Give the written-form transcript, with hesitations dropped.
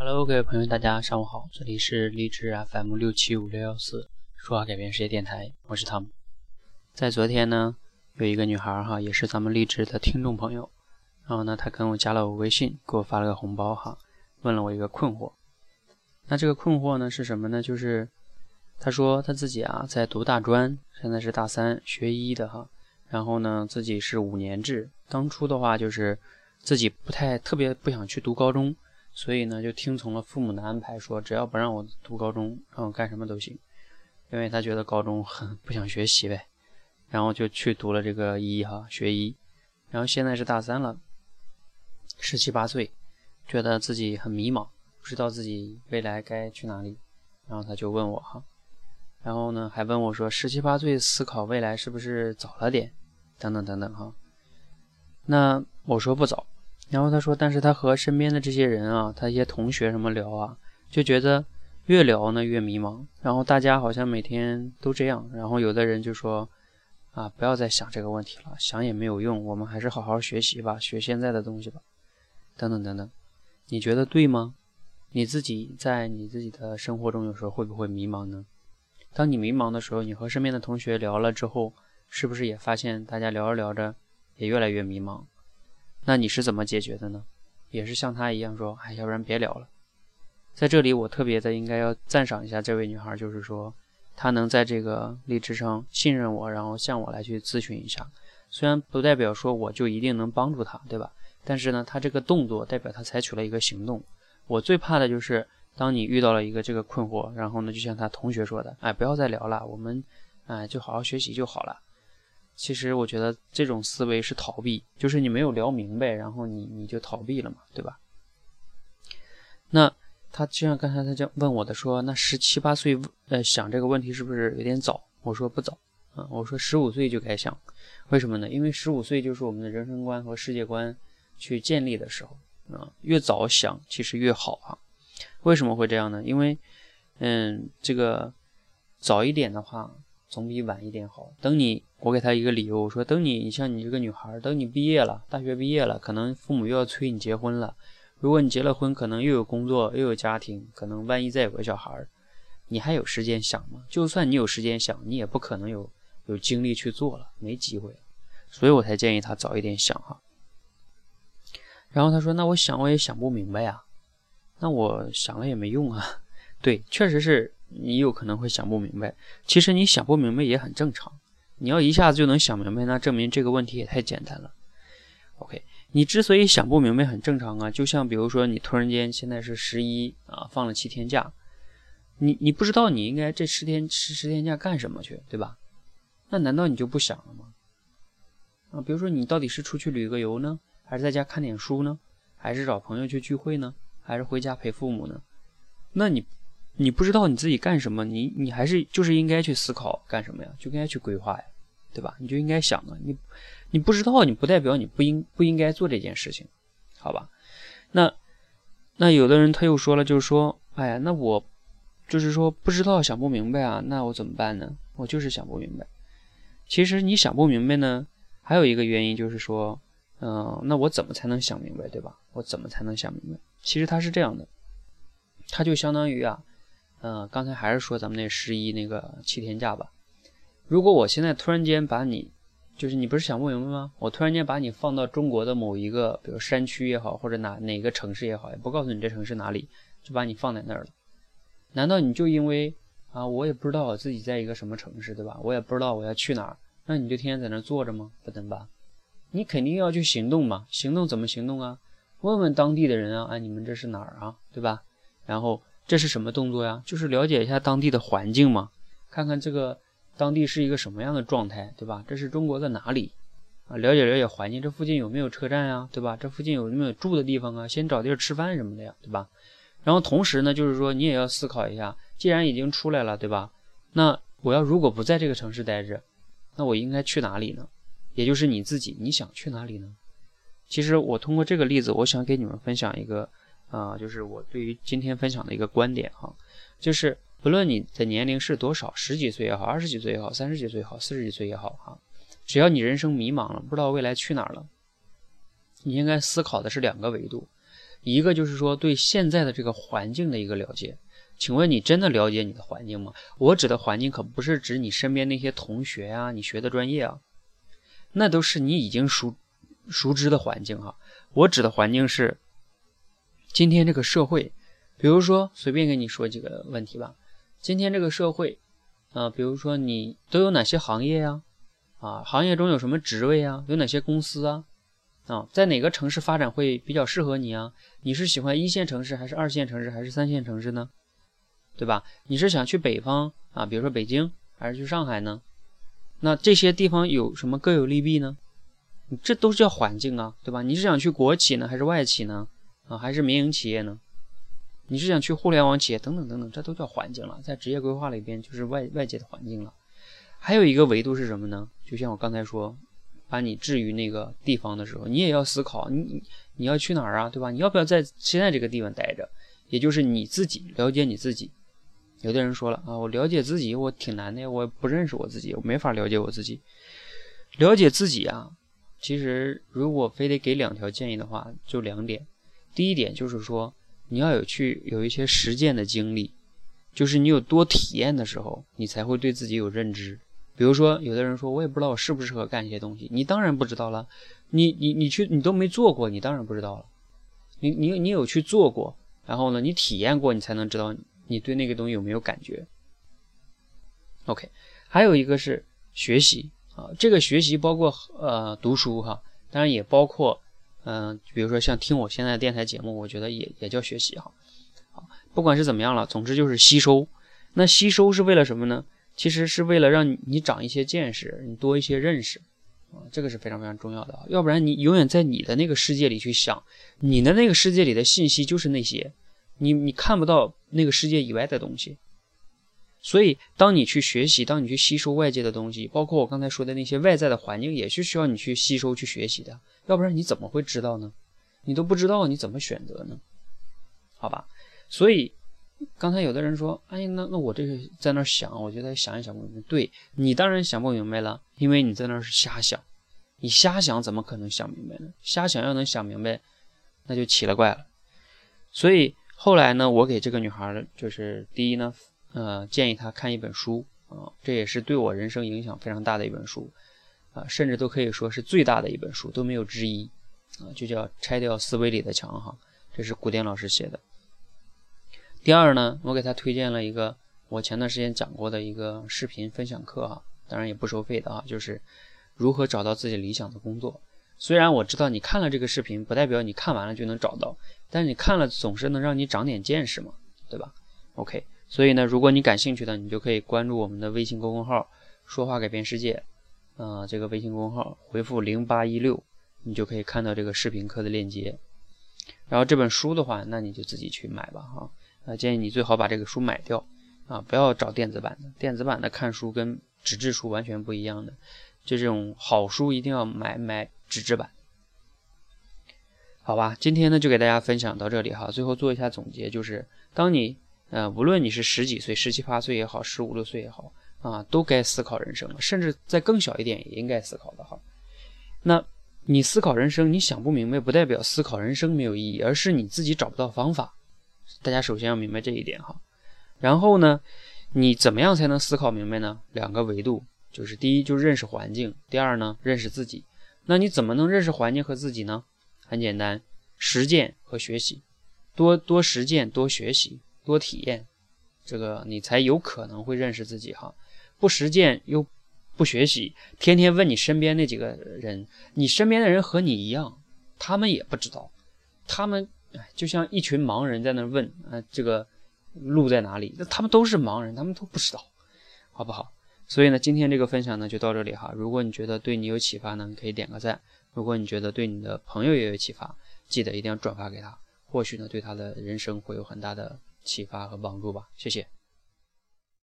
Hello， 各位朋友，大家上午好，这里是励志 FM675614说话改变世界电台，我是汤姆。在昨天呢，有一个女孩也是咱们励志的听众朋友，然后呢，她跟我加了我微信，给我发了个红包问了我一个困惑。那这个困惑呢是什么呢？就是她说她自己在读大专，现在是大3学医的然后呢自己是5年制，当初的话就是自己特别不想去读高中，所以呢就听从了父母的安排，说只要不让我读高中，让我干什么都行，因为他觉得高中很不想学习呗，然后就去读了这个医学医，然后现在是大3了，17、18岁，觉得自己很迷茫，不知道自己未来该去哪里，然后他就问我然后呢还问我说17、18岁思考未来是不是早了点等等等等那我说不早，然后他说但是他和身边的这些人他一些同学什么聊就觉得越聊呢越迷茫，然后大家好像每天都这样，然后有的人就说不要再想这个问题了，想也没有用，我们还是好好学习吧，学现在的东西吧，等等等等。你觉得对吗？你自己在你自己的生活中有时候会不会迷茫呢？当你迷茫的时候，你和身边的同学聊了之后，是不是也发现大家聊着聊着也越来越迷茫？那你是怎么解决的呢？也是像他一样说要不然别聊了。在这里我特别的应该要赞赏一下这位女孩，就是说她能在这个励志上信任我，然后向我来去咨询一下，虽然不代表说我就一定能帮助她，对吧？但是呢她这个动作代表她采取了一个行动。我最怕的就是当你遇到了一个这个困惑，然后呢就像他同学说的不要再聊了，我们就好好学习就好了。其实我觉得这种思维是逃避，就是你没有聊明白，然后你就逃避了嘛，对吧？那他就像刚才他就问我的说，那17、18岁想这个问题是不是有点早？我说不早我说15岁就该想。为什么呢？因为15岁就是我们的人生观和世界观去建立的时候越早想其实越好为什么会这样呢？因为这个早一点的话总比晚一点好。我给他一个理由，我说等你像你这个女孩，等你毕业了，大学毕业了，可能父母又要催你结婚了，如果你结了婚，可能又有工作又有家庭，可能万一再有个小孩，你还有时间想吗？就算你有时间想，你也不可能有精力去做了，没机会了。所以我才建议他早一点想然后他说那我想我也想不明白那我想了也没用对，确实是你有可能会想不明白，其实你想不明白也很正常，你要一下子就能想明白，那证明这个问题也太简单了。 OK， 你之所以想不明白很正常就像比如说你突然间现在是11放了7天假，你不知道你应该这10天假干什么去，对吧？那难道你就不想了吗？比如说你到底是出去旅个游呢，还是在家看点书呢，还是找朋友去聚会呢，还是回家陪父母呢？那你不知道你自己干什么，你还是就是应该去思考干什么呀，就应该去规划呀，对吧？你就应该想你不知道，你不代表你不应该做这件事情，好吧？那有的人他又说了，就是说那我就是说不知道想不明白那我怎么办呢？我就是想不明白。其实你想不明白呢，还有一个原因就是说那我怎么才能想明白，对吧？我怎么才能想明白？其实它是这样的，它就相当于刚才还是说咱们那11那个7天假吧。如果我现在突然间把你，就是你不是想不明白吗？我突然间把你放到中国的某一个，比如山区也好，或者哪个城市也好，也不告诉你这城市哪里，就把你放在那儿了。难道你就因为我也不知道我自己在一个什么城市，对吧？我也不知道我要去哪儿，那你就天天在那坐着吗？不能吧？你肯定要去行动嘛。行动怎么行动问问当地的人你们这是哪儿对吧？然后这是什么动作呀？就是了解一下当地的环境嘛，看看这个当地是一个什么样的状态，对吧？这是中国的哪里了解环境，这附近有没有车站对吧？这附近有没有住的地方先找地儿吃饭什么的呀，对吧？然后同时呢，就是说你也要思考一下，既然已经出来了，对吧？那我要如果不在这个城市待着，那我应该去哪里呢？也就是你自己，你想去哪里呢？其实我通过这个例子，我想给你们分享一个就是我对于今天分享的一个观点就是不论你的年龄是多少，10几岁也好，20几岁也好，30几岁也好，40几岁也好只要你人生迷茫了，不知道未来去哪儿了，你应该思考的是2个维度。 一个就是说对现在的这个环境的一个了解。请问你真的了解你的环境吗？我指的环境可不是指你身边那些同学啊，你学的专业啊，那都是你已经熟知的环境哈。我指的环境是今天这个社会，比如说随便跟你说几个问题吧。今天这个社会比如说你都有哪些行业呀？行业中有什么职位啊？有哪些公司啊？在哪个城市发展会比较适合你啊？你是喜欢1线城市还是2线城市还是3线城市呢？对吧？你是想去北方比如说北京，还是去上海呢？那这些地方有什么各有利弊呢？这都是叫环境啊，对吧？你是想去国企呢，还是外企呢？还是民营企业呢？你是想去互联网企业等等等等，这都叫环境了。在职业规划里边就是外界的环境了。还有一个维度是什么呢？就像我刚才说，把你置于那个地方的时候，你也要思考你要去哪儿啊，对吧？你要不要在现在这个地方待着？也就是你自己了解你自己。有的人说了我了解自己我挺难的，我不认识我自己，我没法了解我自己。了解自己其实如果非得给2条建议的话，就2点。第一点就是说，你要有一些实践的经历，就是你有多体验的时候，你才会对自己有认知。比如说有的人说我也不知道我适不适合干一些东西，你当然不知道了，你都没做过，你当然不知道了。你有去做过，然后呢你体验过，你才能知道你对那个东西有没有感觉。 OK， 还有一个是学习这个学习包括读书当然也包括比如说像听我现在的电台节目，我觉得也叫学习不管是怎么样了，总之就是吸收。那吸收是为了什么呢？其实是为了让你长一些见识，你多一些认识这个是非常非常重要的要不然你永远在你的那个世界里去想，你的那个世界里的信息就是那些，你看不到那个世界以外的东西。所以当你去学习，当你去吸收外界的东西，包括我刚才说的那些外在的环境，也是需要你去吸收去学习的，要不然你怎么会知道呢？你都不知道你怎么选择呢？好吧。所以刚才有的人说那我这个在那想，我觉得想一想不明白。对，你当然想不明白了，因为你在那是瞎想。你瞎想怎么可能想明白呢？瞎想要能想明白那就奇了怪了。所以后来呢，我给这个女孩就是第一呢建议她看一本书这也是对我人生影响非常大的一本书甚至都可以说是最大的一本书，都没有之一就叫拆掉思维里的墙这是古典老师写的。第二呢，我给她推荐了一个我前段时间讲过的一个视频分享课当然也不收费的就是如何找到自己理想的工作。虽然我知道你看了这个视频不代表你看完了就能找到，但是你看了总是能让你长点见识嘛，对吧？ OK， 所以呢如果你感兴趣的，你就可以关注我们的微信公众号说话改变世界这个微信公众号回复0816，你就可以看到这个视频课的链接。然后这本书的话，那你就自己去买吧建议你最好把这个书买掉不要找电子版的，电子版的看书跟纸质书完全不一样的，就这种好书一定要买纸质版。好吧，今天呢就给大家分享到这里最后做一下总结，就是当你无论你是10几岁17、18岁也好，15、16岁也好都该思考人生了，甚至再更小一点也应该思考的那你思考人生，你想不明白不代表思考人生没有意义，而是你自己找不到方法。大家首先要明白这一点然后呢你怎么样才能思考明白呢？2个维度，就是第一就是认识环境，第二呢认识自己。那你怎么能认识环境和自己呢？很简单，实践和学习，多实践多学习多体验，这个你才有可能会认识自己不实践又不学习，天天问你身边那几个人，你身边的人和你一样，他们也不知道，他们就像一群盲人在那问这个路在哪里，他们都是盲人，他们都不知道，好不好？所以呢今天这个分享呢就到这里如果你觉得对你有启发呢，你可以点个赞，如果你觉得对你的朋友也有启发，记得一定要转发给他，或许呢对他的人生会有很大的启发和帮助吧。谢谢。